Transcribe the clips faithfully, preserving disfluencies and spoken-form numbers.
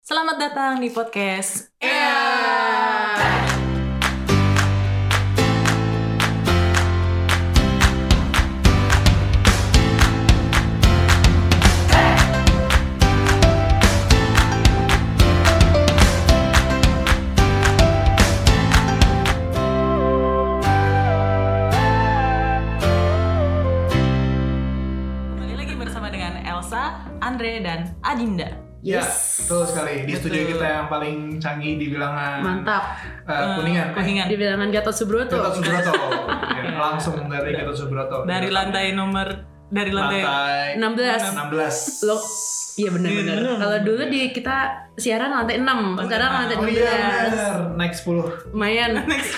Selamat datang di podcast Yeah. Kembali lagi bersama dengan Elsa, Andre, dan Adinda. Ya, Yes. betul sekali. Di Betul. studio kita yang paling canggih di bilangan Mantap. uh, Kuningan. Kuningan. Di bilangan Gatot Subroto. Gatot Subroto. Ya, langsung dari Gatot Subroto. Dari lantai nomor dari lantai, lantai enam belas. enam belas. Lo, iya benar-benar. Iya, benar. Kalau dulu di kita siaran lantai enam, sekarang lantai Oh enam iya, belas. benar. Naik sepuluh. Lumayan.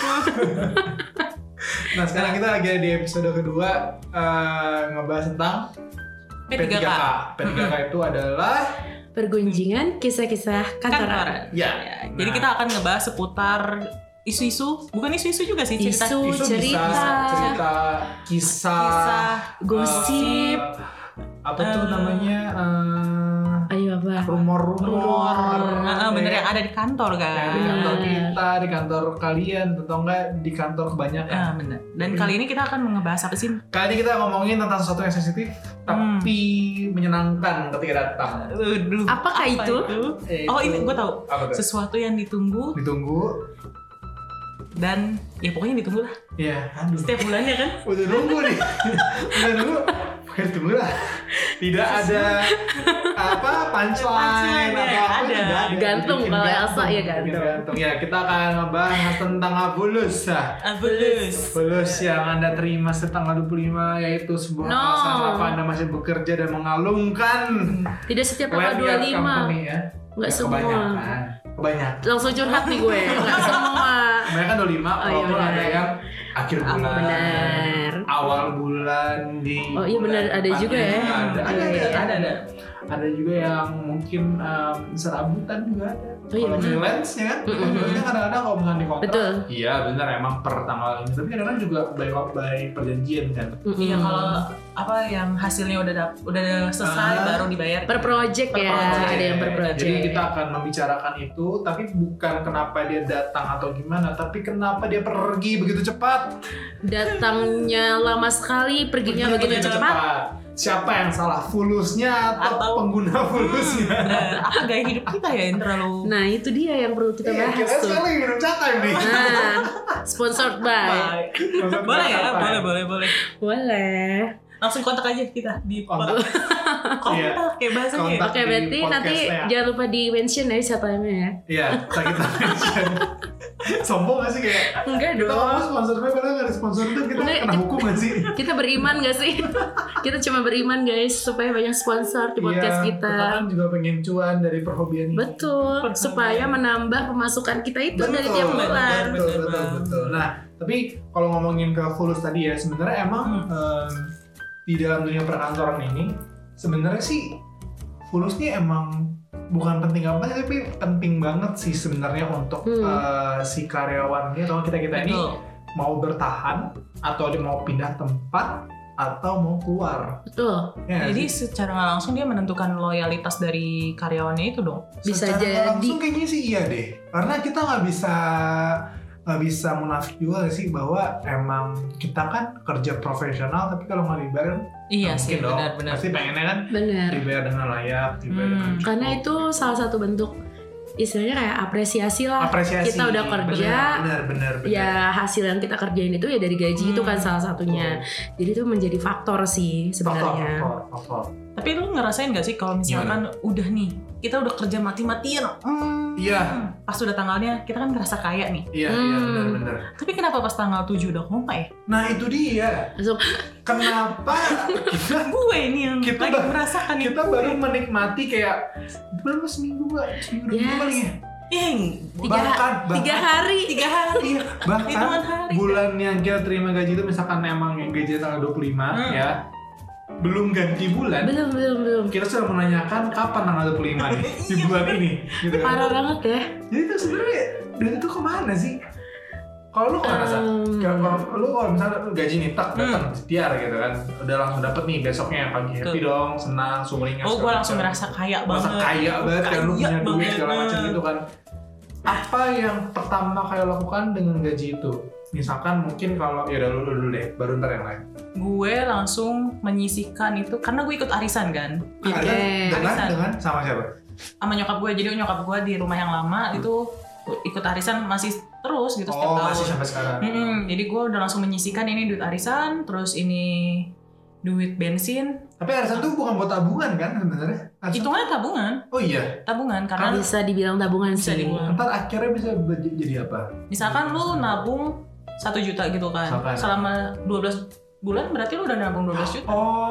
Nah, sekarang kita lagi di episode kedua uh, ngebahas tentang P tiga K. P tiga K itu adalah Pergunjingan kisah-kisah kantoran. Kantoran. ya. Ya, Jadi Nah, kita akan ngebahas seputar isu-isu, bukan isu-isu juga sih, cerita Isu. isu cerita. bisa cerita kisah, kisah, Gosip. uh, apa tuh Uh, namanya uh, Ayo apa? rumor-rumor Nah, bener yang ada di kantor kan. Ya, di kantor Bener. kita, di kantor kalian, atau enggak di kantor kebanyakan. Ah, bener. Dan kali ini kita akan ngebahas apa sih? Kali ini kita ngomongin tentang sesuatu yang sensitif tapi menyenangkan ketika datang. Aduh, Apakah apa itu? Oh, ini gue tahu. Apa tuh? Sesuatu yang ditunggu Ditunggu. dan ya pokoknya ditunggu lah. Ya, aduh. Setiap bulannya kan. Udah nunggu nih. Udah nunggu. Pokoknya tunggu lah. Tidak ada apa punchline Punchline, atau ya, apa ada. tidak ada. Gantung, Bikin kalau gantung, Elsa ya bikin gantung. gantung. Ya, kita akan ngebahas tentang Abulus. Nah, Abulus. Abulus yang Anda terima setanggal dua puluh lima, yaitu sebuah No. alasan apa Anda masih bekerja dan mengalungkan Tidak setiap tanggal Land dua Yard puluh lima. Company, ya. Enggak Ya, semua. Kebanyakan. Kebanyakan. Langsung curhat nih gue. Enggak semua. Kebanyakan dua puluh lima, Oh, iya walaupun benar. ada yang akhir bulan, Benar. awal bulan di Oh, iya benar, bulan ada depannya. juga ya. Ada, ada, Iya, ada, iya. ada, ada. Ada juga yang mungkin um, serabutan juga ada. Oh, iya Kalau benar. freelance ya kan, Mm-mm. freelance kadang-kadang kalau misalnya di kontrak, Betul. iya benar emang per tanggal ini. Tapi kadang-kadang juga by by perjanjian kan. Iya, Mm-mm. kalau apa yang hasilnya udah dap- udah selesai Ah. baru dibayar. per project Per ya, project. ada yang per project. Jadi kita akan membicarakan itu, tapi bukan kenapa dia datang atau gimana, tapi kenapa dia pergi begitu cepat. Datangnya lama sekali, perginya begitu cepat. Siapa yang salah, fulusnya atau, Atau- pengguna fulusnya? Bener. Apa gaya hidup kita ya yang terlalu Nah itu dia yang perlu kita Iya, bahas kita tuh. sekarang lagi minum catai nih. Nah, sponsored by. baik. Maksudnya Boleh ya, apa? boleh, boleh, boleh. Boleh. Langsung kontak aja kita di Kontak. kontak Iya. kayak bahasanya. Kontak. Oke, Di berarti nanti podcastnya. jangan lupa di mention ya siapa-nya ya. Iya, sakit mention. Sombong gak sih kayak Enggak kita ngomong dong. sponsor gue padahal gak ada sponsor itu kita Enggak, kena kita- hukum gak sih? Kita beriman gak sih? Kita cuma beriman guys supaya banyak sponsor di podcast Iya, kita. kan juga pengen cuan dari perhobian ini. Betul, Perhobian. supaya menambah pemasukan kita itu dari tiap Betul, bulan. betul, betul, betul. Nah, tapi kalau ngomongin ke fulus tadi ya, sebenarnya emang em, di dalam dunia perkantoran ini sebenarnya sih fulus ini emang bukan penting apa tapi penting banget sih sebenarnya untuk Hmm. eh, si karyawan ini atau kita kita ini Betul. mau bertahan atau dia mau pindah tempat atau mau keluar. Betul. Ya, Jadi sih? secara nggak langsung dia menentukan loyalitas dari karyawannya itu dong. Bisa Secara jadi. langsung kayaknya sih iya deh, karena kita nggak bisa nggak bisa munafik juga sih bahwa emang kita kan kerja profesional tapi kalau nggak dibayar Iya nggak sih, mungkin dong. benar-benar. Pasti pengennya kan Benar. dibayar dengan layak, dibayar Hmm. dengan cukup. Karena itu salah satu bentuk istilahnya kayak apresiasi lah. apresiasi. Kita udah kerja, benar benar benar. ya hasil yang kita kerjain itu ya dari gaji itu kan Hmm, salah satunya. Jadi itu menjadi faktor sih faktor, sebenarnya. faktor, faktor. Tapi lu ngerasain gak sih kalau misalkan udah nih, kita udah kerja mati-matian, hmm, Iya. pas udah tanggalnya kita kan ngerasa kaya nih. Iya iya Hmm. benar benar. Tapi kenapa pas tanggal tujuh udah koma ya? Nah itu dia. Langsung Kenapa kita Gue ini yang Kita lagi ba- merasakan kita itu. baru menikmati kayak berapa seminggu mbak seminggu dua minggu Yes. paling ya. Eh, tiga, Bahkan tiga bahkan hari. tiga hari. Iya, bahkan Hitungan hari. bulan yang kita terima gaji itu misalkan emang yang gaji tanggal dua puluh lima Hmm. ya. Belum ganti bulan. Belum belum belum. Kita sudah menanyakan kapan tanggal dua puluh lima nih di bulan ini gitu kan. Parah banget ya. Jadi itu sebenarnya duit itu kemana sih? Kalau lu nggak rasa, Um. kalau lu kalau misalnya lu gaji nih tak datang setiar gitu kan, udah langsung dapet nih besoknya pagi happy Tuh. dong, senang, sumringah. Oh, gue langsung ngerasa kaya banget. Merasa kaya banget kan lu Kaya punya duit banget. segala macam gitu kan. Apa yang pertama kayak lakukan dengan gaji itu? Misalkan mungkin kalau ya udah lu dulu deh, baru ntar yang lain. Gue langsung menyisihkan itu karena gue ikut arisan kan. Oke. Arisan dengan Arisan. dengan sama siapa? Sama nyokap gue. Jadi nyokap gue di rumah yang lama itu ikut arisan masih terus gitu setiap Oh tahun. masih sampai sekarang. Mm-mm. Jadi gue udah langsung menyisihkan ini duit arisan, terus ini duit bensin. Tapi arisan tuh bukan buat tabungan kan sebenarnya? Arisan- Hitungannya tabungan, Oh iya. tabungan karena Bisa dibilang tabungan Bisa sih. dibilang. Ntar akhirnya bisa ber- jadi apa? misalkan lu nabung satu juta gitu kan, Misalkan. selama dua belas bulan berarti lu udah nabung dua belas juta.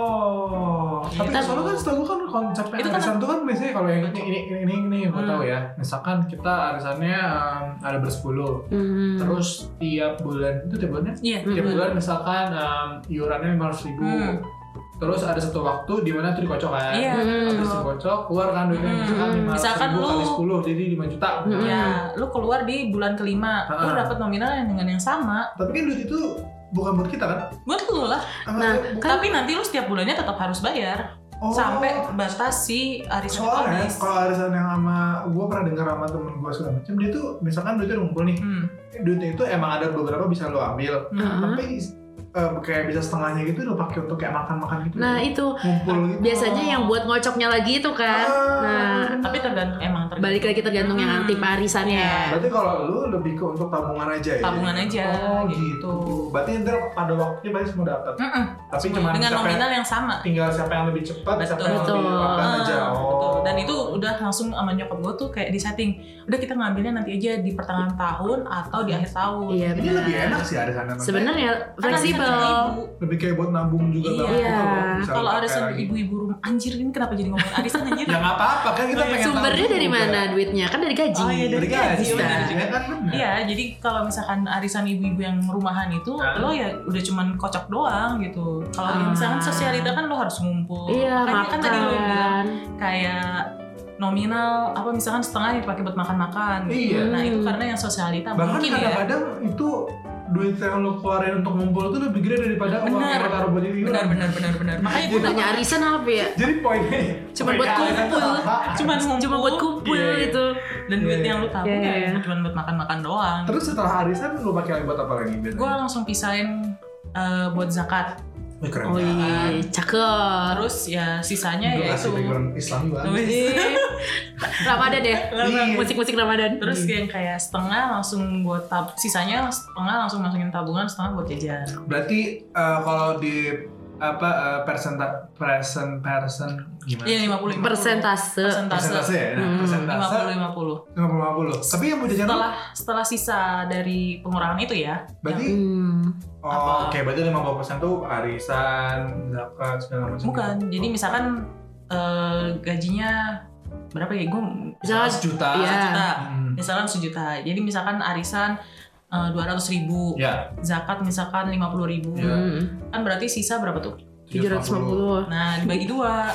Oh, tapi Gitu. soalnya kan setahu gue kan konsepnya Itu kan- arisan tuh kan biasanya kalau yang ini ini ini ini, ini yang gue Hmm. tahu ya. Misalkan kita arisannya um, ada bersepuluh, Hmm. terus tiap bulan itu tiap bulannya Iya. tiap Hmm. bulan misalkan um, iurannya lima ratus ribu, Hmm. terus ada satu waktu di mana itu dikocok kan, Iya. Hmm. habis dikocok keluar kan duitnya Hmm. misalkan lima ratus Misalkan ribu kali lu- sepuluh jadi lima juta. Hmm. Ya, lu keluar di bulan kelima, lu Ah. dapat nominal yang dengan yang sama. Tapi kan duit itu bukan buat kita kan? Buat lu lah. Nah, Bukan- Tapi nanti lu setiap bulannya tetap harus bayar oh. sampai batas si arisan itu Soalnya habis. kalau arisan yang sama gue pernah dengar sama temen gue segala macam, dia tuh misalkan duitnya ngumpul nih, Hmm. duitnya itu emang ada beberapa bisa lo ambil, Hmm. tapi eh, kayak bisa setengahnya gitu lo pakai untuk kayak makan-makan gitu. Nah itu ngumpul gitu. biasanya yang buat ngocoknya lagi itu kan. Ah, Nah Tapi tergantung emang tergantung. balik lagi tergantung yang Hmm. anti arisannya. Iya. berarti kalau lu lebih ke untuk tabungan aja ya? Tabungan aja, Oh gitu. gitu. Berarti ntar pada waktunya pasti semua dapat. Mm-mm. Tapi cuma dengan siapa nominal yang sama. tinggal siapa yang lebih cepat, siapa Betul. yang lebih Betul. makan Ah, aja. Oh. betul. Dan itu udah langsung sama nyokap gue tuh kayak di setting. Udah kita ngambilnya nanti aja di pertengahan tahun atau di akhir tahun. Iya Ini benar. lebih enak sih arisannya. Sebenarnya Kan fleksibel. arisan ibu. Lebih kayak buat nabung juga Iya. nabung gitu loh. Bisa Kalau lo pakai arisan lagi. ibu-ibu rumah, anjir ini kenapa jadi ngomongin arisan anjir? Ya nggak apa-apa kan kita pengen Sumbernya tahu dari juga. mana duitnya? Kan dari gaji. Oh, iya, Dari gaji Bisa. kan, ya kan benar. Iya, jadi kalau misalkan arisan ibu-ibu yang rumahan itu, Ah. lo ya udah cuman kocok doang gitu. Kalau Ah. misalkan sosialita kan lo harus ngumpul. Iya, Makanya makan. kan tadi lo bilang kayak nominal apa misalkan setengah dipakai buat makan-makan. Iya. Nah itu karena yang sosialita Bahkan mungkin ya. kadang-kadang itu duit yang lo keluarin untuk ngumpul itu lebih gede daripada uang Benar. yang lo taruh buat iuran. Benar benar benar benar. Makanya gue Gunanya arisan apa ya? Jadi poinnya Cuma buat poinnya arisan kumpul. tuh apa? cuman ngumpul Cuma buat kumpul Iya, iya. itu. dan duit Iya, yang lu tabung iya, ya iya. cuma buat makan-makan doang. Terus setelah arisan lo pakai lagi buat apa lagi biasanya? Gue langsung pisahin eh, buat zakat. Wih, keren Oh banget. iya, cakep. Terus ya sisanya Gue ya kasih itu. background Islami banget. Wih. Ramadan ya. Iya. Musik-musik Ramadan. Terus yang kayak setengah langsung buat tab, sisanya setengah langsung masukin tabungan, setengah buat jajan. Berarti eh, kalau di apa uh, persenta persen persen gimana? Iya lima puluh lima puluh. Persentase. Persentase. Persentase ya. Nah, Hmm, persentase lima puluh lima puluh. lima puluh lima puluh. Tapi yang mau jajan lo? Setelah setelah sisa dari pengurangan itu ya. Berarti Hmm. oh, Apa? oke berarti lima puluh persen tuh arisan, zakat segala macam. Bukan. Jadi misalkan eh, gajinya berapa ya? Gue Misalnya sejuta. Iya. sejuta. Hmm. Misalkan sejuta. Jadi misalkan arisan dua ratus ribu, Ya. zakat misalkan lima puluh ribu, Iya. Hmm. kan berarti sisa berapa tuh? tujuh ratus lima puluh. Nah dibagi dua,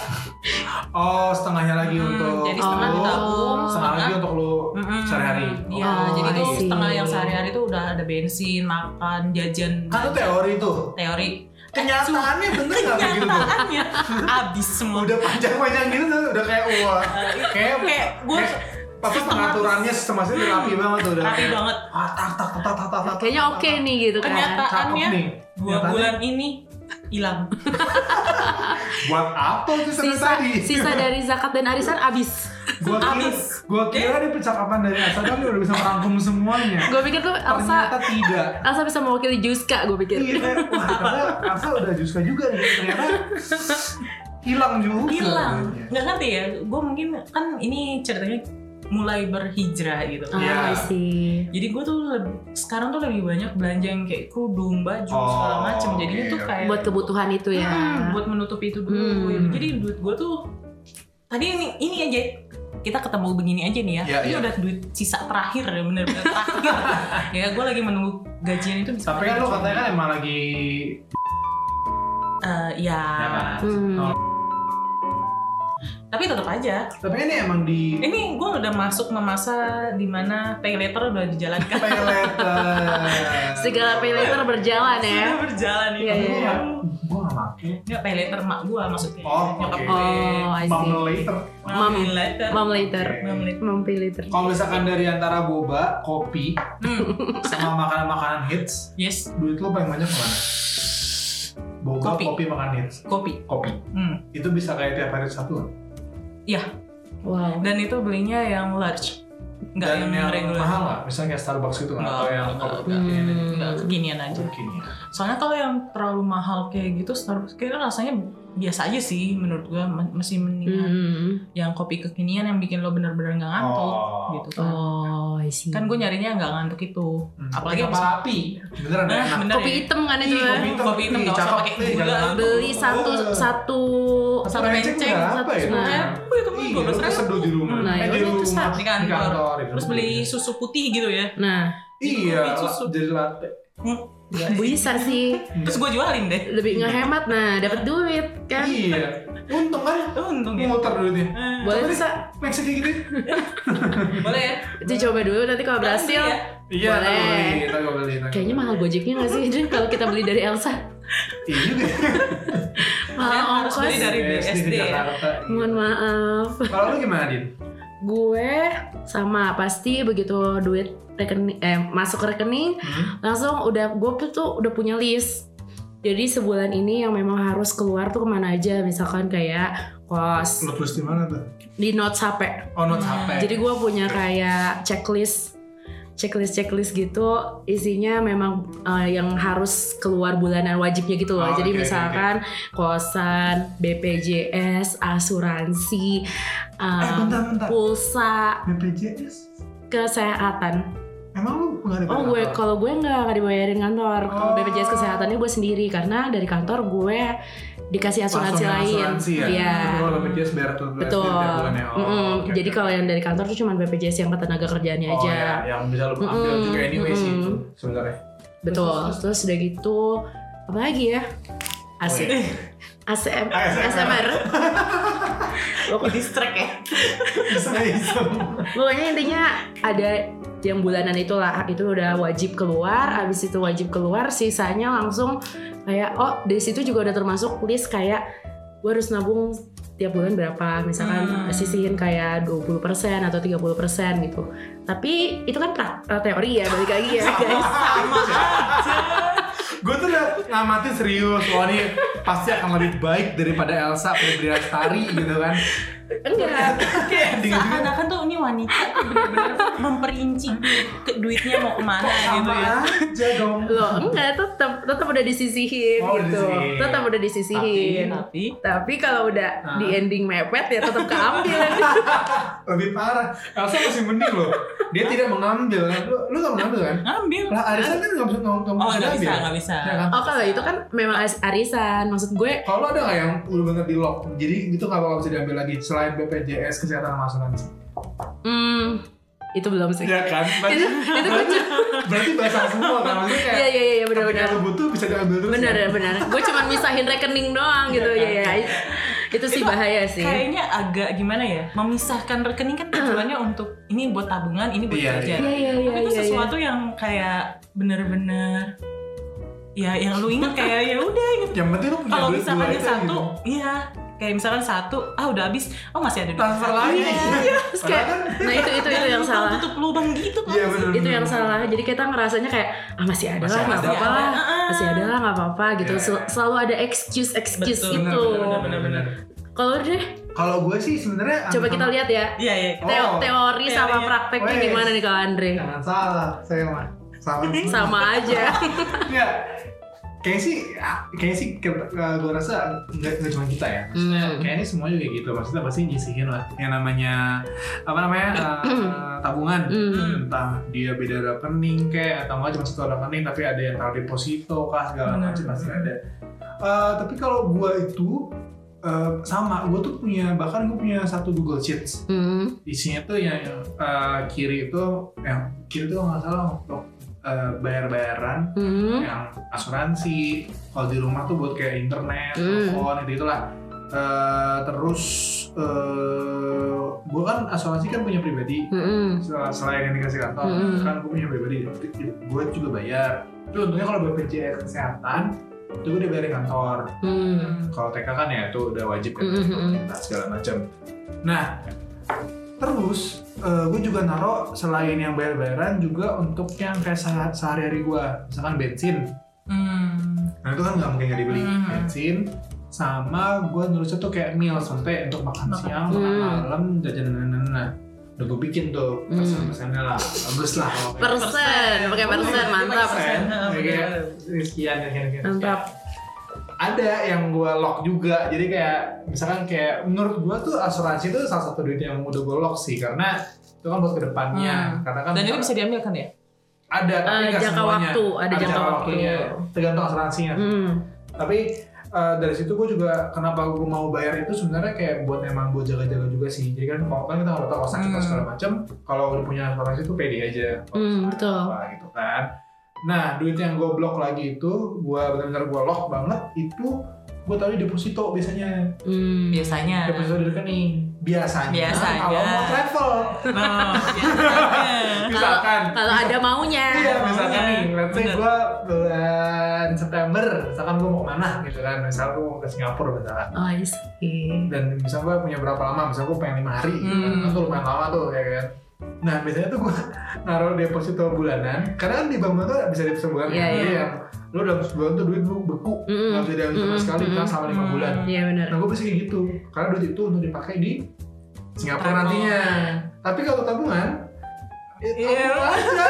Oh, setengahnya lagi Hmm, untuk jadi setengah lu, ditabung, setengah setengah- lagi untuk lu Mm-mm. sehari-hari. Iya, Oh, jadi tuh I see. setengah yang sehari-hari tuh udah ada bensin, makan, jajan. Kan itu teori tuh. Teori. Kenyataannya bener nggak kayak gitu tuh? Kenyataannya abis semua. Udah panjang-panjang gitu tuh, udah kayak wah. Kayak Kayak gue kayak apa pengaturannya sistemnya udah rapi banget tuh udah. rapi banget. Ah, tak tak tak tak tak tak. Kayaknya oke nih gitu kan. Kenyataannya Cakep nih. dua Kenyataannya. bulan ini hilang. Buat apa tuh sampai Sisa tadi? sisa dari zakat dan arisan abis. Gua kira, Abis. gua kira di percakapan dari Asa kan dia udah bisa merangkum semuanya. Gue pikir tuh Elsa Ternyata tidak. Elsa bisa mewakili Juska gue pikir. Iya, wah ternyata Asa udah Juska juga nih. Ternyata hilang juga. Hilang. Iya. Nggak ngerti ya. Gue mungkin kan ini ceritanya mulai berhijrah gitu. Oh, Iya. I see. Jadi gue tuh lebih, sekarang tuh lebih banyak belanja yang kayak kerudung, baju, Oh, segala macem. Jadinya oke, tuh oke. kayak Buat kebutuhan itu ya. Hmm, buat menutupi itu dulu. Hmm. Jadi duit gue tuh tadi ini ini aja kita ketemu begini aja nih ya. Iya, ini iya. udah duit sisa terakhir ya bener-bener terakhir. Ya gue lagi menunggu gajian itu bisa. Tapi kan lu katanya kan emang lagi Eh, ya. ya kan? Hmm. Oh. Tapi tetap aja. Tapi ini emang di Ini gue udah masuk masa di mana pay later udah dijalankan. pay later. Segala pay later berjalan ya. Sudah berjalan ini. Iya, iya. Gue gak pake. Nggak pay later mak gue maksudnya. Oh, Nyokap oke. gue. Oh, I Mom see. later. Mom. Mom later. Mom later. Oke. Mom later. Mom pay later. Kalau misalkan dari antara boba, kopi, Hmm. sama makanan-makanan hits, Yes. duit lo paling banyak kemana? Boba, Kopi. kopi, makan hits. Kopi. Kopi. Hmm. Itu bisa kayak tiap hari satu. Iya. Wow. Dan itu belinya yang large. Nggak Dan yang, yang regular. mahal nggak? Misalnya kayak Starbucks gitu nggak? Nggak, Atau yang nggak, kopi nggak. ini? Nggak, kekinian aja. Mungkin ya. Soalnya kalau yang terlalu mahal kayak gitu Starbucks kayaknya rasanya biasa aja sih menurut gua. Masih mendingan Hmm. yang kopi kekinian yang bikin lo bener-bener nggak ngantuk Oh. gitu kan. Oh, I see. Kan gue nyarinya nggak ngantuk itu. Hmm. Apalagi Kopi kapal api. Beneran Nah, enak. bener kopi ya. hitam kan itu Ih, ya. kopi hitam. Kopi hitam Ih, nggak usah cakep pakai nih, gula. jangan ngantuk. Beli satu Oh. satu Satu menceng menceng, berapa satu ya? sepuluh Nah. ribu itu mah Iya, dua belas lu ribu. seduh di rumah. Nah, Eh, ya di udah, terus rumah, di kantor. itu Terus beli susu putih gitu ya. Nah, Iya, beli susu. jadi latte. Hmm. bisa sih. Terus gue jualin deh. Lebih ngehemat, nah dapat duit kan. Iya. Untung kan? Untung ya. Muter duitnya. Eh, Boleh Coba bisa. Next kayak gitu. Boleh ya. Itu coba dulu nanti kalau berhasil. Ya. Iya, Boleh. tak beli, tak beli. tak Kayaknya beli. mahal Gojeknya nggak sih Dre, kalau kita beli dari Elsa? Iya juga. Mahal Kalian harus ongkos. beli dari B S D di ya. Jakarta. Mohon maaf. Kalau lu gimana, Din? Gue sama pasti begitu duit rekening eh masuk ke rekening Hmm? langsung udah gue tuh udah punya list. Jadi sebulan ini yang memang harus keluar tuh kemana aja, misalkan kayak kos Lu tulis di mana tuh? di notes H P. Oh, notes H P. Jadi gue punya kayak checklist checklist checklist gitu, isinya memang eh, yang harus keluar bulanan wajibnya gitu loh. Oh, Jadi oke, misalkan kosan, B P J S, asuransi, Eh, eh, bentar, bentar. pulsa, B P J S? kesehatan. Emang lu nggak ada Oh gue kalau gue nggak nggak dibayarin kantor. Kalau Oh. B P J S kesehatannya gue sendiri karena dari kantor gue dikasih asuransi lain. Asuransi ya? Iya. Tapi kalau B P J S bayar tuh Betul. tiap bulan ya? Oh, Mm-mm. oke, Jadi oke. kalau yang dari kantor tuh cuma B P J S yang ketenaga kerjaannya Oh, aja. ya, yang bisa lu ambil Mm-mm, juga anyway sih mm-mm. itu sebenarnya. Betul. Terus, terus, Terus udah gitu apa lagi ya? Asik. Oh, iya. A S M A S M R. A S M R. Di distract ya. Iseng-iseng. Pokoknya intinya ada yang bulanan itulah, itu udah wajib keluar. Abis itu wajib keluar, sisanya langsung kayak oh dari situ juga udah termasuk list kayak gue harus nabung tiap bulan berapa, misalkan Hmm. sisihin kayak dua puluh persen atau tiga puluh persen gitu. Tapi itu kan pra- eh, teori ya, balik lagi ya guys. Sama aja. Gue tuh udah ngamatin serius, wah ini pasti akan lebih baik daripada Elsa Febri Lestari gitu kan. Enggak. Kayak Dingin juga. seakan-akan tuh ini wanita tuh bener-bener memperinci ke duitnya mau kemana gitu Sama ya. aja dong. Loh, enggak, tetap tetap udah disisihin Oh, udah gitu. disisihin. Tetap udah disisihin. Tapi Tapi kalau udah Ah. di ending mepet ya tetap keambil. Lebih parah. Elsa masih mending loh. Dia tidak mengambil kan. Lu, lu gak mengambil kan? ngambil. Lah Arisan kan gak bisa ngomong Oh nggak bisa, nggak bisa. Ya kan? Oh kalau itu kan memang as- arisan. Maksud gue Kalau ada nggak yang udah bener di lock, jadi itu nggak bakal bisa diambil lagi selain B P J S kesehatan sama asuransi. hmm, itu belum sih. Iya kan? Berarti, itu itu gue cu- berarti basah semua kan? Maksudnya kayak Iya iya iya ketika benar-benar. lu butuh bisa diambil terus. Benar ya? benar. Gue cuma misahin rekening doang gitu Iya ya. kan? ya. Itu sih bahaya sih. Kayaknya agak gimana ya, memisahkan rekening kan tujuannya untuk ini buat tabungan, ini buat Iya, kerja. Iya iya iya Tapi itu iya. sesuatu yang kayak bener-bener ya yang lu ingat kayak ya udah gitu. Yang penting lu punya Kalau duit misalkan dua yang itu satu, gitu. iya kayak misalkan satu, ah udah habis, oh masih ada duit. Transfer lagi. Iya. Terus kayak, nah itu itu itu Dan yang lupa salah. tutup lubang gitu kan. Iya benar. Itu yang salah. Jadi kita ngerasanya kayak ah masih ada Masih lah nggak ada. apa-apa lah, Masih ada. masih ada lah nggak apa-apa gitu. Iya, Sel- iya. Selalu ada excuse excuse Betul, itu. benar, benar, benar. Kalau deh, Kalau gue sih sebenarnya coba kita lihat ya. Iya iya. Oh. Teo- teori sama Teorinya. prakteknya Wes. gimana nih kalau Andre? Jangan salah, saya mah salah. Sama aja. Ya, kayaknya sih, kayaknya sih gue rasa nggak nggak cuma kita ya. Maksudnya Hmm. kayaknya semua juga gitu. Maksudnya pasti nyisihin lah. Yang namanya apa namanya eh, tabungan. Hmm. Entah dia beda rekening kayak atau nggak cuma satu rekening tapi ada yang taruh deposito kah segala Benar. macam pasti ada. Eh, tapi kalau gue itu eh, sama, gue tuh punya bahkan gue punya satu Google Sheets. Hmm. Isinya tuh yang, yang eh, kiri itu yang kiri itu kalau nggak salah untuk eh, bayar-bayaran Hmm. yang asuransi, kalau di rumah tuh buat kayak internet, Hmm. telepon, itu itulah. Uh, terus uh, gue kan asuransi kan punya pribadi. Mm-mm. Selain yang dikasih kantor, Mm-mm. kan gue punya pribadi. Gue juga bayar. Itu untungnya kalau B P J S kesehatan itu gue dibayarin kantor. Mm. Kalau T K kan ya itu udah wajib kan, Mm-mm. segala macam. Nah, terus uh, gue juga naruh selain yang bayar-bayaran juga untuk yang kayak seh- sehari-hari gue, misalkan bensin. Hmm. Nah itu kan nggak mungkin nggak dibeli Hmm. bensin. Sama gue nulisnya tuh kayak meal sampai untuk makan Makan. siang, makan Hmm. malam, jajan nah udah gue bikin tuh Hmm. persen-persennya lah, bagus lah. kalau kayak- Persen, pakai persen, mantap. Persen, Heeh, kayak bener. sekian dan sekian. Mantap. Ada yang gue lock juga, jadi kayak misalkan kayak menurut gue tuh asuransi itu salah satu duit yang udah gue lock sih, karena itu kan buat kedepannya. Hmm. Karena kan Dan itu misalkan bisa diambil kan ya? ada, tapi Eh, nggak jangka semuanya. waktu, ada jangka waktu. waktunya, tergantung asuransinya. Mm. Tapi uh, dari situ gue juga kenapa gue mau bayar itu sebenarnya kayak buat emang buat jaga-jaga juga sih. Jadi kan kalau kan kita nggak tahu kalau sakit atau Hmm. segala macam, kalau udah punya asuransi itu pede aja. Kalau Hmm, sakit betul. apa gitu kan. Nah duit yang gue blok lagi itu, gue benar-benar gue lock banget itu gue taruh di deposito biasanya. Mm. Biasanya. Deposito di rekening. Biasanya. Biasanya. Kalau mau travel, Nah, biasanya. misalkan. Kalau ada maunya. Iya, misalkan Maunya. nih, let's say Bener. gue bulan September, misalkan gue mau kemana gitu kan, misalkan gue mau ke Singapura misalkan. Oh, I see. Dan misalnya gue punya berapa lama, misalnya gue pengen lima hari gitu kan, Hmm. kan tuh lumayan lama tuh ya kan. Nah biasanya tuh gue naruh deposito bulanan, karena kan di bank tuh bisa deposito bulanan, Iya, jadi iya. yang lo dalam sebulan tuh duit lu beku, Mm-mm. nggak bisa diambil sama Mm-mm. sekali kan Mm-mm. selama lima Mm. bulan. Iya benar. Nah gue bisa kayak gitu, karena duit itu untuk dipakai di Singapura Travel. nantinya. Tapi kalau tabungan, itu Iya. aja,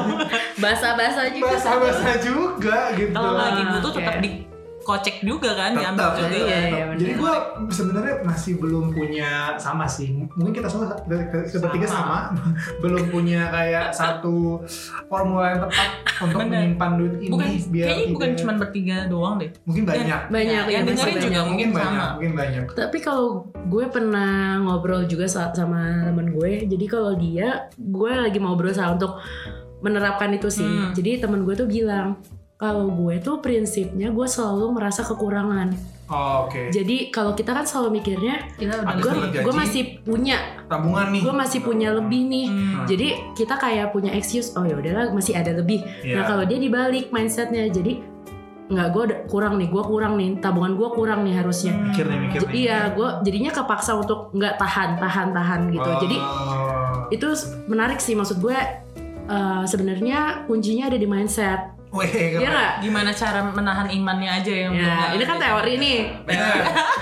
Basa-basa juga. basah-basah juga gitu. Kalau lagi Ah, butuh oke. tetap dikocek juga kan, Tetap, diambil juga. Iya, iya, tetap. benar. Jadi gue sebenarnya masih belum punya sama sih. Mungkin kita semua kita bertiga sama. Sama. belum punya kayak satu formula yang tepat untuk Benar. menyimpan duit ini Bukan, biar kayaknya bukan tidak- cuma bertiga doang deh. mungkin banyak. Banyak Ya, yang ya, dengerin pasti juga banyak. Mungkin banyak, sama. mungkin banyak. Tapi kalau gue pernah ngobrol juga sa- sama temen gue, jadi kalau dia, gue lagi mau berusaha untuk menerapkan itu sih. Hmm. Jadi temen gue tuh bilang, kalau gue tuh prinsipnya gue selalu merasa kekurangan. Oh, oke. Jadi kalau kita kan selalu mikirnya, Kita Habis gue dapat gaji, gue masih punya, tabungan nih. gue masih punya lebih nih. Hmm. Jadi kita kayak punya excuse, oh ya udahlah masih ada lebih. Iya. Nah kalau dia dibalik mindsetnya, jadi nggak, gue ada- kurang nih, gue kurang nih, tabungan gue kurang nih harusnya. Hmm. mikir nih, mikir J- nih. Iya, gue jadinya kepaksa untuk nggak tahan, tahan, tahan gitu. Oh. Jadi itu s- menarik sih, maksud gue uh, sebenarnya kuncinya ada di mindset. Weh, Iya keren. nggak? Gimana cara menahan imannya aja yang Ya, belum ini kan ada. teori nih. Benar.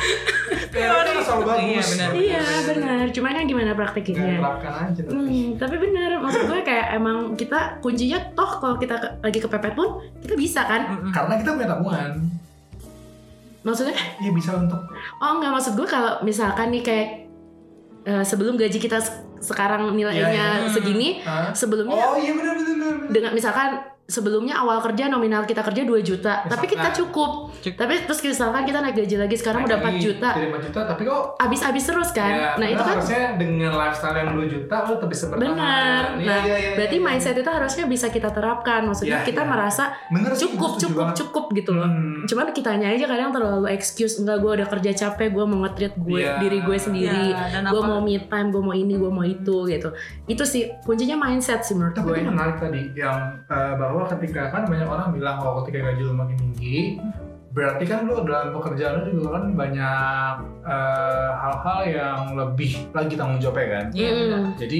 Teori itu selalu bagus. Iya, benar. Iya benar. Cuman kan gimana Nggak prakteknya? terapkan aja tapi. Hmm, tapi benar, maksud gue kayak emang kita kuncinya toh kalau kita ke- lagi kepepet pun kita bisa kan? Mm-mm. Karena kita punya tabungan. Maksudnya? Iya bisa untuk Oh enggak, maksud gue kalau misalkan nih kayak eh, sebelum gaji kita se- sekarang nilainya Iya, iya. segini, Hah? sebelumnya Oh iya benar benar benar. dengan misalkan sebelumnya awal kerja nominal kita kerja dua juta, tapi kita Misalkan. cukup. Cukup. Tapi terus misalkan kita naik gaji lagi sekarang Naik udah empat lagi juta. Jadi empat juta tapi kok Habis-habis terus kan. ya, Nah, itu kan harusnya dengan lifestyle yang dua juta lo tetap bisa bertahan. benar. Iya, Nah, iya, iya, berarti iya. mindset itu harusnya bisa kita terapkan. Maksudnya Iya, kita iya. merasa Bener sih, cukup, gue setuju cukup, banget. cukup gitu loh. Hmm. Cuman kitanya aja kadang terlalu excuse, enggak, gue udah kerja capek, gue mau nge-treat gue Iya. diri gue sendiri. Iya, dan Gue apa- mau me time, gue mau ini, gue mau itu gitu. Itu sih kuncinya mindset sih menurut Tapi gue. itu menarik tadi yang uh, bahwa ketika kan banyak orang bilang kalau ketika gaji lo makin tinggi, berarti kan lo dalam pekerjaan lo juga kan banyak uh, hal-hal yang lebih lagi tanggung jawabnya kan. Iya, Hmm. benar. Jadi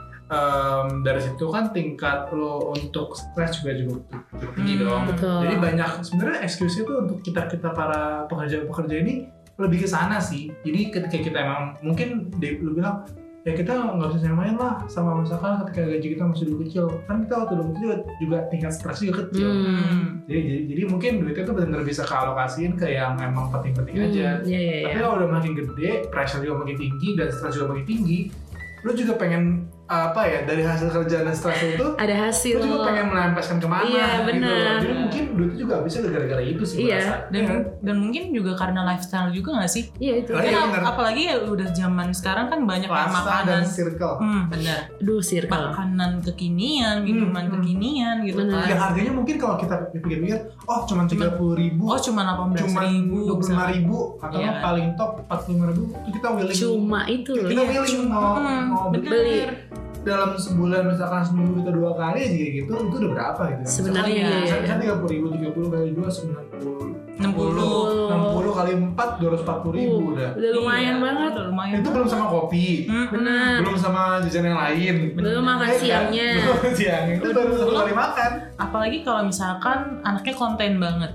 um, dari situ kan tingkat lo untuk stres juga cukup cukup tinggi Hmm, dong. betul. Jadi banyak sebenarnya excuse itu untuk kita kita para pekerja-pekerja ini lebih ke sana sih. Jadi ketika kita emang mungkin di, lu bilang ya kita nggak bisa main lah sama misalkan ketika gaji kita masih dulu kecil, kan kita waktu dulu kecil juga, juga tingkat stres juga kecil. Hmm. Jadi, jadi jadi mungkin duitnya tuh benar-benar bisa kealokasiin ke yang emang penting-penting aja. Hmm, iya, iya, Tapi iya. kalau udah makin gede, pressure juga makin tinggi dan stres juga makin tinggi, lu juga pengen apa ya dari hasil kerjaan dan stres itu ada hasil. lu juga pengen melampiaskan kemana Iya, gitu. benar. Jadi mungkin duit itu juga bisa gara-gara itu sih Iya. gua rasa. Dan Iya. dan mungkin juga karena lifestyle juga nggak sih? Iya itu. Oh, iya, Kan bener. apalagi ya udah zaman sekarang kan banyak yang Rasa makanan. dan circle. Hmm, benar. Aduh, circle. Makanan kekinian, minuman Hmm, hmm. kekinian gitu Bener. kan. Yang harganya mungkin kalau kita pikir-pikir, oh cuma tiga puluh ribu, Oh cuma delapan belas cuma ribu, dua puluh lima ribu, atau Iya. paling top empat puluh lima ribu, itu kita willing. Cuma itu loh. Kita Iya, willing cuma- mau, hmm, mau bener. beli dalam sebulan misalkan seminggu kita dua kali aja kayak gitu, itu udah berapa gitu? Sebenarnya iya, iya, Misalkan iya. misalkan tiga puluh ribu, tiga puluh kali dua sembilan puluh, enam puluh. enam puluh kali empat dua ratus empat puluh ribu Uh, udah. udah lumayan Iya, banget. Udah lumayan. Itu belum sama kopi, Hmm, Bener. belum sama jajan yang lain. Belum makan Eh, kan? siangnya. Belum makan siangnya, itu baru satu kali makan. Apalagi kalau misalkan anaknya konten banget.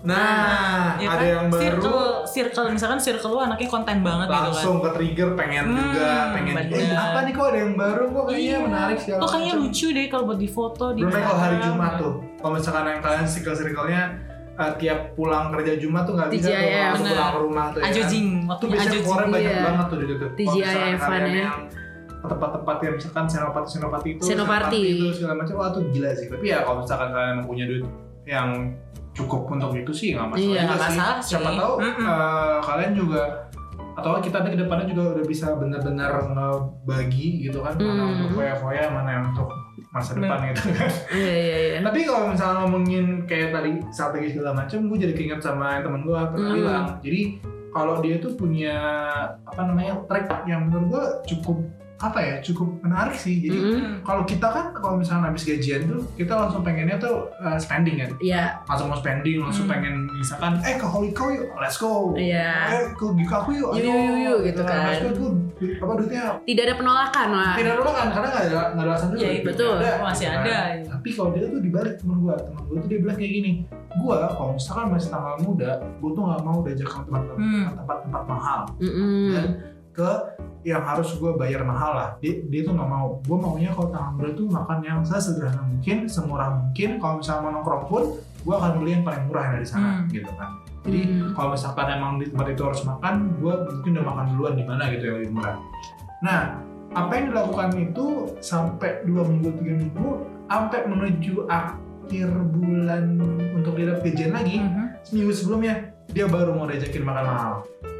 Nah, Ya ada kan? yang baru Circle, circle misalkan circle lu anaknya konten banget gitu kan. langsung ke trigger pengen Hmm, juga, pengen bener. eh apa nih kok ada yang baru kok kayaknya Iya. menarik segala Kok kayaknya macam. lucu deh kalau buat di foto di Belum lagi kalau hari Instagram. Jumat tuh. Kalau misalkan yang kalian circle-circle-nya uh, tiap pulang kerja Jumat tuh nggak bisa tuh T G I F. langsung Bener. pulang ke rumah tuh ya. kan. Ajojing, Tuh waktunya biasanya ajojing. keluarnya banyak Iya. banget tuh di situ. T G I F-an Kalau misalkan kalian ya. yang ke tempat-tempat yang misalkan senopati senopati itu, Senoparty. itu segala macam, wah tuh gila sih. Tapi ya kalau misalkan kalian emang punya duit yang cukup untuk itu sih nggak masalah. Iya, juga nggak sih. masalah sih. Siapa tahu Mm-mm. uh, kalian juga atau kita nanti ke depannya juga udah bisa benar-benar ngebagi gitu kan, mana Hmm. untuk foya-foya, mana yang untuk masa depan gitu kan. Iya iya iya. Tapi kalau misalnya ngomongin kayak tadi strategi segala macam, gue jadi keinget sama temen gue pernah Hmm. bilang. Jadi kalau dia tuh punya apa namanya trik yang menurut gue cukup apa ya cukup menarik sih. Jadi Mm-mm. kalau kita kan kalau misalnya habis gajian tuh kita langsung pengennya tuh uh, spending kan, Iya langsung mau spending, langsung Hmm. pengen misalkan eh ke Holiko yuk, let's go. iya. Eh ke Gikaku yuk, Yuk, ayo. yuk, yuk, gitu Nah, kan. Let's go tuh apa duitnya Tidak ada penolakan lah. tidak dulu kan karena nggak ada nggak ada alasan dulu. Iya, duitnya betul. Masih gitu ada. kan. Tapi kalau dia tuh dibalik temen gue, temen gue tuh dia bilang kayak gini, gue kalau misalkan masih tanggal muda, gue tuh nggak mau diajak ke tempat-tempat Hmm. tempat-tempat mahal Mm-mm. dan ke yang harus gue bayar mahal lah. Dia, dia tuh nggak mau. Gue maunya kalau tanggal muda tuh makan yang sesederhana mungkin, semurah mungkin. Kalau misalnya mau nongkrong pun, gue akan beli yang paling murah yang ada di sana, Hmm. gitu kan. Jadi Hmm. kalau misalkan emang di tempat itu harus makan, gue mungkin udah makan duluan di mana gitu yang lebih murah. Nah, apa yang dilakukan itu sampai dua minggu, tiga minggu, sampai menuju akhir bulan untuk dia dapat gajian lagi, Mhm. seminggu sebelumnya dia baru mau diajakin makan mahal.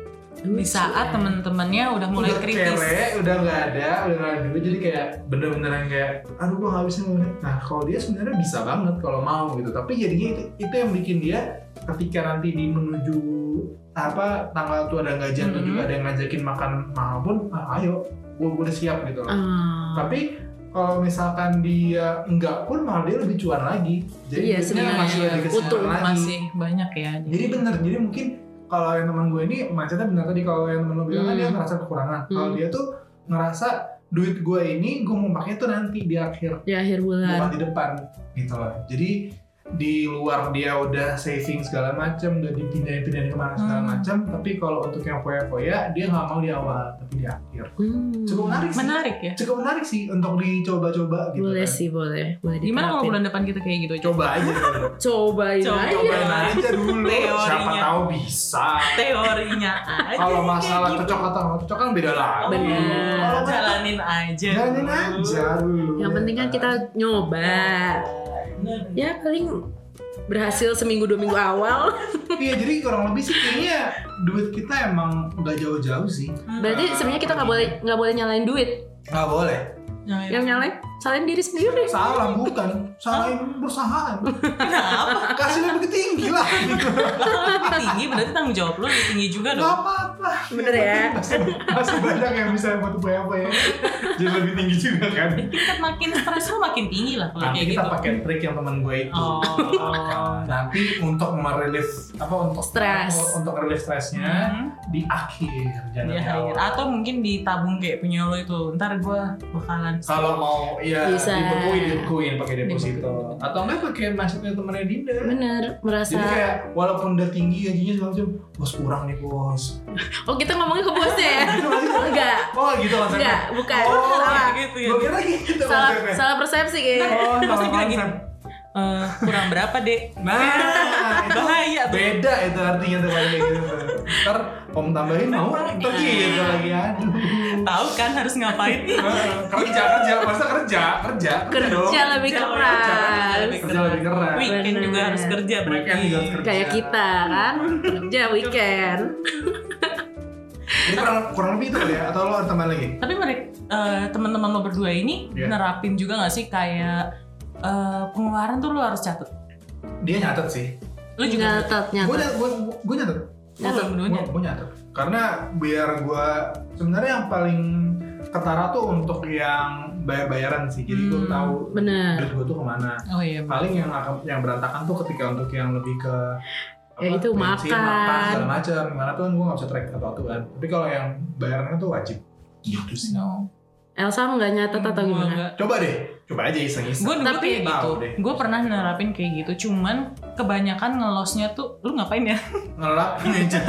Di saat temen-temennya udah mulai udah kritis. kere, udah nggak ada, udah nggak ada duit, jadi kayak bener-bener yang kayak, aduh gue nggak bisa. Nah kalau dia sebenarnya bisa banget kalau mau gitu, tapi jadinya itu, itu yang bikin dia ketika nanti di menuju apa tanggal tuh ada gajian tuh Mhm. juga ada yang ngajakin makan mahal pun, ah, ayo, gue udah siap gitu loh. Ah. Tapi kalau misalkan dia enggak pun malah dia lebih cuan lagi. Jadi Iya, duitnya sebenarnya masih ada utuh, keseluruhan lagi. Masih banyak ya. Jadi bener, jadi mungkin kalau yang teman gue ini mindsetnya benar tadi, kalau yang temen lo bilang kan Hmm. dia ngerasa kekurangan. Kalau Hmm. dia tuh ngerasa duit gue ini gue mau pakai tuh nanti di akhir, Di akhir bukan bulan. di depan gitu loh. Jadi di luar dia udah saving segala macam, udah dipindahin-pindahin kemana segala Hmm. macam. Tapi kalau untuk yang foya-foya dia nggak mau di awal, tapi di akhir. Hmm. Cukup menarik sih. Menarik ya. Cukup menarik sih untuk dicoba-coba gitu. Boleh kan. sih, boleh. Boleh Gimana kalau diterapin. bulan depan kita kayak gitu aja? Coba aja. Cobain Coba. aja. Cobain aja dulu. Teorinya. Siapa tahu bisa. Teorinya aja. Kalau kayak masalah gitu. cocok atau nggak cocok kan beda lagi. Bener. Kalau nggak- Jalanin aja. Jalanin dulu. aja dulu. Yang penting kan kita nyoba. Bener. Ya paling berhasil seminggu dua minggu awal. Iya, jadi kurang lebih sih kayaknya duit kita emang nggak jauh-jauh sih. Berarti sebenarnya kita nggak boleh nggak boleh nyalain duit. Nggak boleh. Nah, Yang nyalain salahin diri sendiri. Salah bukan. Salahin perusahaan. Kenapa? Kasih lebih tinggi lah. Kalau lebih tinggi berarti tanggung jawab lo lebih tinggi juga Gak dong. apa-apa. Bener ya? Masih, masih banyak yang bisa buat apa ya. Jadi lebih tinggi juga kan. Tingkat makin stres lo makin tinggi lah kalau Nanti kayak kita gitu. pakai trik yang teman gue itu. Oh. Nanti untuk merilis apa untuk Stres. untuk rilis stresnya Hmm. di akhir, jangan Di di akhir. awal. Atau mungkin ditabung kayak punya lo itu. Ntar gue bakalan. Kalau mau ya Bisa. dibekuin dibekuin pakai deposito Dibekuin. atau enggak pakai maksudnya temennya Dinda. Bener, merasa. Jadi kayak walaupun udah tinggi gajinya segala macam, bos kurang nih bos. Oh kita ngomongnya ke bosnya ya? Gitu nggak sih? Enggak, Oh gitu konsepnya. enggak, bukan. Oh, Salah. gitu ya. Gue kira gitu Salah, konsepnya. salah persepsi kayaknya. Oh, Pasti salah bilang gini. konsep. Eh, kurang berapa dek? Nah, itu Bahaya tuh. beda itu artinya tuh kayak gitu. Ntar om tambahin mau, ntar gitu lagi aduh. Tahu kan harus ngapain? kerja kerja masa kerja kerja Kerja dong. lebih Kerja keras. lebih Kerja lebih keras. Weekend Bener. juga harus kerja berarti. Weekend juga harus kerja. Kayak kita kan, kerja weekend. Ini kurang kurang lebih itu kali ya, atau lo ada tambahan lagi? Tapi mereka eh, teman-teman lo berdua ini Iya. nerapin juga nggak sih kayak eh, pengeluaran tuh lo harus catat. Dia nyatet sih. Lo juga Nyatet, Gue nyatet. gue gue nyatet. Nyatet Gue berdua. gue nyatet. Karena biar gue sebenarnya yang paling ketara tuh untuk yang bayar-bayaran sih. Jadi gue Hmm, tahu bener. duit gue tuh kemana. Oh iya. Paling yang akan- yang berantakan tuh ketika untuk yang lebih ke Ya itu bensin, makan. makan segala macam. Gimana tuh kan gue nggak bisa track satu-satu kan. Tapi kalau yang bayarannya tuh wajib. Gitu sih. No. Elsa nggak nyatet atau Gua gimana? nggak. Coba deh, coba aja iseng-iseng. Gue dulu Tapi- kayak gitu. Tahu deh. Gue pernah nerapin kayak gitu. Cuman kebanyakan ngelosnya tuh, lu ngapain ya? Ngelap aja.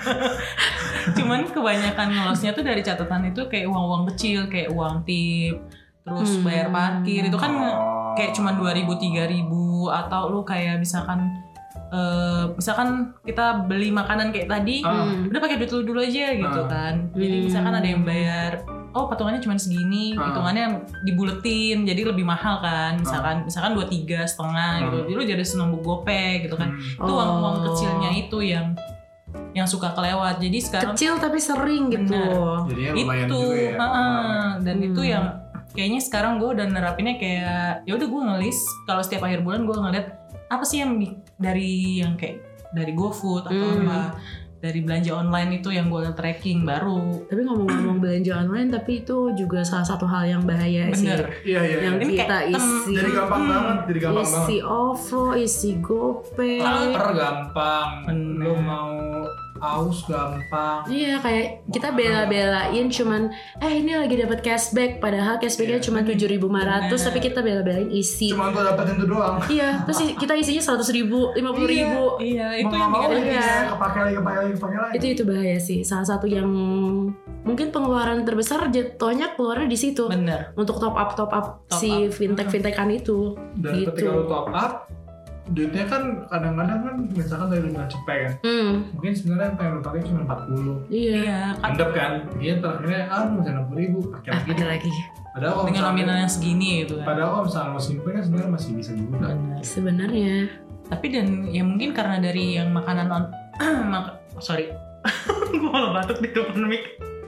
Cuman kebanyakan ngelosnya tuh dari catatan itu kayak uang-uang kecil, kayak uang tip, terus Hmm. bayar parkir. Itu kan Oh. kayak cuma dua ribu tiga ribu atau lu kayak misalkan eh, misalkan kita beli makanan kayak tadi, Ah. Hmm. udah pakai duit lu dulu aja gitu Ah. kan. Jadi Hmm. misalkan ada yang bayar, oh patungannya cuma segini, Ah. hitungannya dibuletin jadi lebih mahal kan. Misalkan misalkan dua tiga setengah gitu. Ah. Jadi lu jadi senembuk gopay gitu kan. Hmm. Itu uang-uang Oh. kecilnya itu yang yang suka kelewat. Jadi sekarang Kecil tapi sering gitu. Bener. Jadinya lumayan itu juga ya. heeh. dan Hmm. itu yang kayaknya sekarang gue udah nerapinnya kayak ya udah gue ngelis kalau setiap akhir bulan gue ngeliat apa sih yang di- dari yang kayak dari GoFood atau Hmm. apa dari belanja online itu yang gue tracking baru. Tapi ngomong-ngomong belanja online, tapi itu juga salah satu hal yang bahaya sih. Bener. Iya iya. Yang iya. Ini kita kayak tem- isi, Jadi gampang Hmm. banget, jadi gampang banget. isi OVO, isi GoPay. Lapar gampang, Bener. lo mau aus gampang. Iya, kayak kita bela-belain cuman eh ini lagi dapat cashback, padahal cashbacknya Iya. cuma tujuh ribu lima ratus, Bener. tapi kita bela-belain isi. Cuma untuk dapetin itu doang. Iya, terus i- kita isinya seratus ribu, lima puluh ribu. Iya Mau itu yang nggak mau bikin Iya. lagi, kepake lagi, kepake lagi, kepake lagi. Itu itu bahaya sih. Salah satu yang mungkin pengeluaran terbesar jatuhnya keluarnya di situ. bener. Untuk top up top up Top si up. fintech fintekan itu. Dan gitu. ketika lo top up, duitnya kan kadang-kadang kan misalkan dari lima cepet kan, Hmm, mungkin sebenarnya yang pengen lo pakai cuma empat puluh. iya. Iya kan Mantep kan? Dia terakhirnya ah masih enam puluh ribu, pakai Ah, lagi. ada lagi. Padahal kalau dengan misalnya- nominal yang segini gitu kan. Padahal kalau misalnya lo simpen kan sebenarnya masih bisa juga. Bener. Sebenarnya Tapi dan ya mungkin karena dari yang makanan on mak- sorry gue malah batuk di depan mic.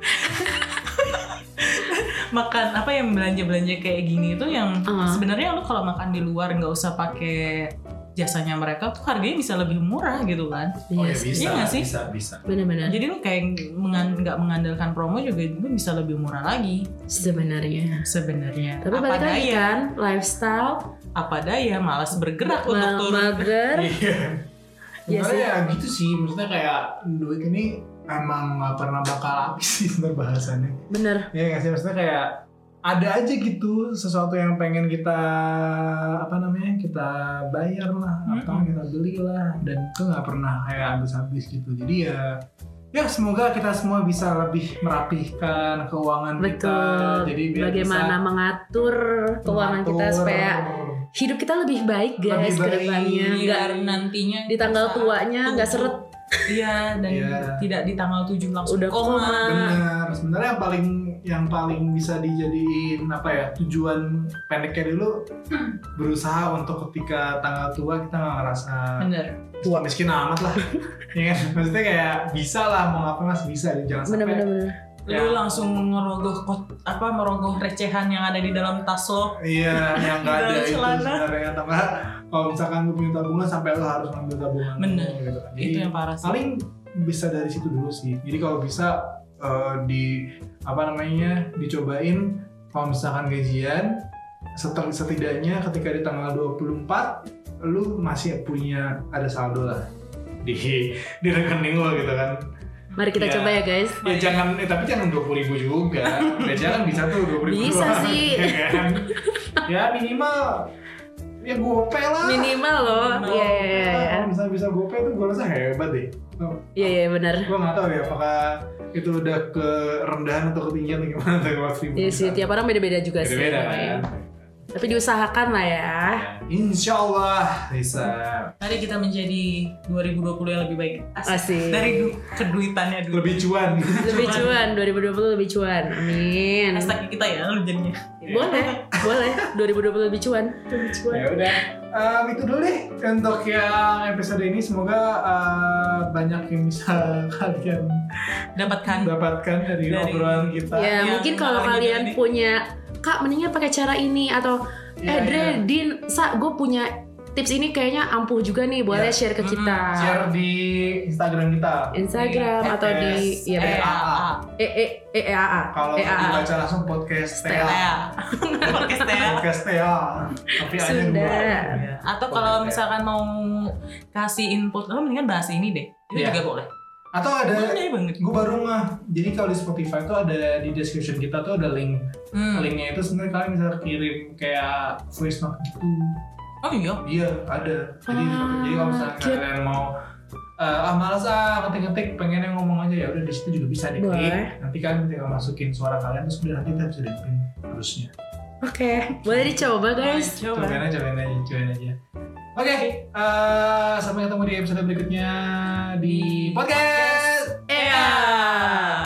Makan apa yang belanja-belanja kayak gini itu yang Ah. sebenarnya lu kalau makan di luar nggak usah pakai jasanya mereka tuh harganya bisa lebih murah gitu kan. Oh iya ya sih. bisa, Iya nggak sih? bisa, bisa. Benar-benar. Jadi lu kayak mengan- nggak mengandalkan promo juga lu bisa lebih murah lagi Sebenarnya. sebenarnya. Tapi apa balik lagi daya, kan, lifestyle, apa daya malas bergerak untuk ma- turun. mager. Iya. Iya Sebenarnya sih. ya gitu sih, maksudnya kayak duit ini emang nggak pernah bakal habis sih sebenarnya bahasannya. Bener. Ya nggak sih, maksudnya kayak ada aja gitu sesuatu yang pengen kita apa namanya kita bayar lah atau Mm-mm. kita beli lah, dan itu nggak pernah kayak habis-habis gitu. Jadi ya ya semoga kita semua bisa lebih merapihkan keuangan kita. Betul. Jadi biar Bagaimana bisa mengatur keuangan kita mengatur supaya hidup kita lebih baik guys Lebih ke baik. depannya. Nggak Biar nantinya di tanggal saat tuanya nggak tujuh- seret. Iya, dan Iya. tidak di tanggal tujuh langsung Udah koma. benar. Sebenarnya yang paling yang paling bisa dijadiin apa ya tujuan pendeknya dulu berusaha untuk ketika tanggal tua kita nggak ngerasa Bener. tua miskin amat lah. Ya kan? Maksudnya kayak bisa lah mau apa mas bisa, jangan sampai Bener-bener. bener. Ya. Lu langsung ngerogoh kot- apa merogoh recehan yang ada di dalam tas lo. iya yang nggak ada Dalam itu celana. sebenarnya, atau nggak kalau misalkan lu punya tabungan sampai lu harus ngambil tabungan Bener. lu, gitu kan. Jadi, Itu yang parah sih. paling bisa dari situ dulu sih. Jadi kalau bisa eh, di apa namanya dicobain kalau misalkan gajian setel- setidaknya ketika di tanggal dua puluh empat lu masih punya ada saldo lah di di rekening lo gitu kan. Mari kita Ya. coba ya guys. Ya jangan, eh, tapi jangan dua puluh ribu juga. Biasanya kan bisa tuh dua puluh ribu. Bisa doang, sih. ya kan? Ya minimal ya gope lah. Minimal loh. Minimal. Iya iya iya. Kalau misalnya bisa gope tuh gue rasa hebat deh. Oh, Iya iya benar. gue nggak tahu ya apakah itu udah ke rendahan atau ketinggian atau gimana tuh lima ribu. Iya sih, tiap orang beda-beda juga sih. Beda-beda kan. Tapi diusahakan lah ya. Insya Allah bisa. Mari kita menjadi dua ribu dua puluh yang lebih baik. Asik. Dari du- keduitannya dulu. Lebih cuan. Lebih cuan, dua ribu dua puluh lebih cuan. Amin. Hashtag kita ya lu jadinya. Boleh, boleh. dua ribu dua puluh lebih cuan. Lebih cuan. Ya udah, um, itu dulu deh untuk yang episode ini. Semoga uh, banyak yang bisa kalian Dapatkan. dapatkan dari, Dari- obrolan kita. Ya, Yang mungkin kalau paling kalian gede nih. punya, Kak, mendingan pakai cara ini atau Iya, eh Dre, iya. Din, Sa, gue punya tips ini kayaknya ampuh juga nih, boleh Iya. share ke kita. Share di Instagram kita. Instagram atau di ya Eh, bener. A A. E E E E A A. Kalau E A A. dibaca langsung podcast T A. Tea. Podcast Tea. Podcast T A. Tapi A-nya Sudah. dua. Ya. Atau kalau misalkan mau kasih input, lo mendingan bahas ini deh. Itu Iya. juga boleh. Atau ada Boleh banget. gue baru nggak. Jadi kalau di Spotify tuh ada di description kita tuh ada link. Hmm. Linknya itu sebenarnya kalian bisa kirim kayak voice note gitu. Oh iya. Iya ada. Jadi Ah, jadi kalau misalnya cute. kalian mau eh, ah malas ah ngetik-ngetik pengen yang ngomong aja ya udah di situ juga bisa diklik. Boleh. Nanti kalian tinggal masukin suara kalian terus kemudian nanti kita bisa dengerin terusnya. Oke, boleh dicoba guys. Coba. Cobain aja, cobain aja, cobain aja. Oke, eh, sampai ketemu di episode berikutnya di podcast. Eh.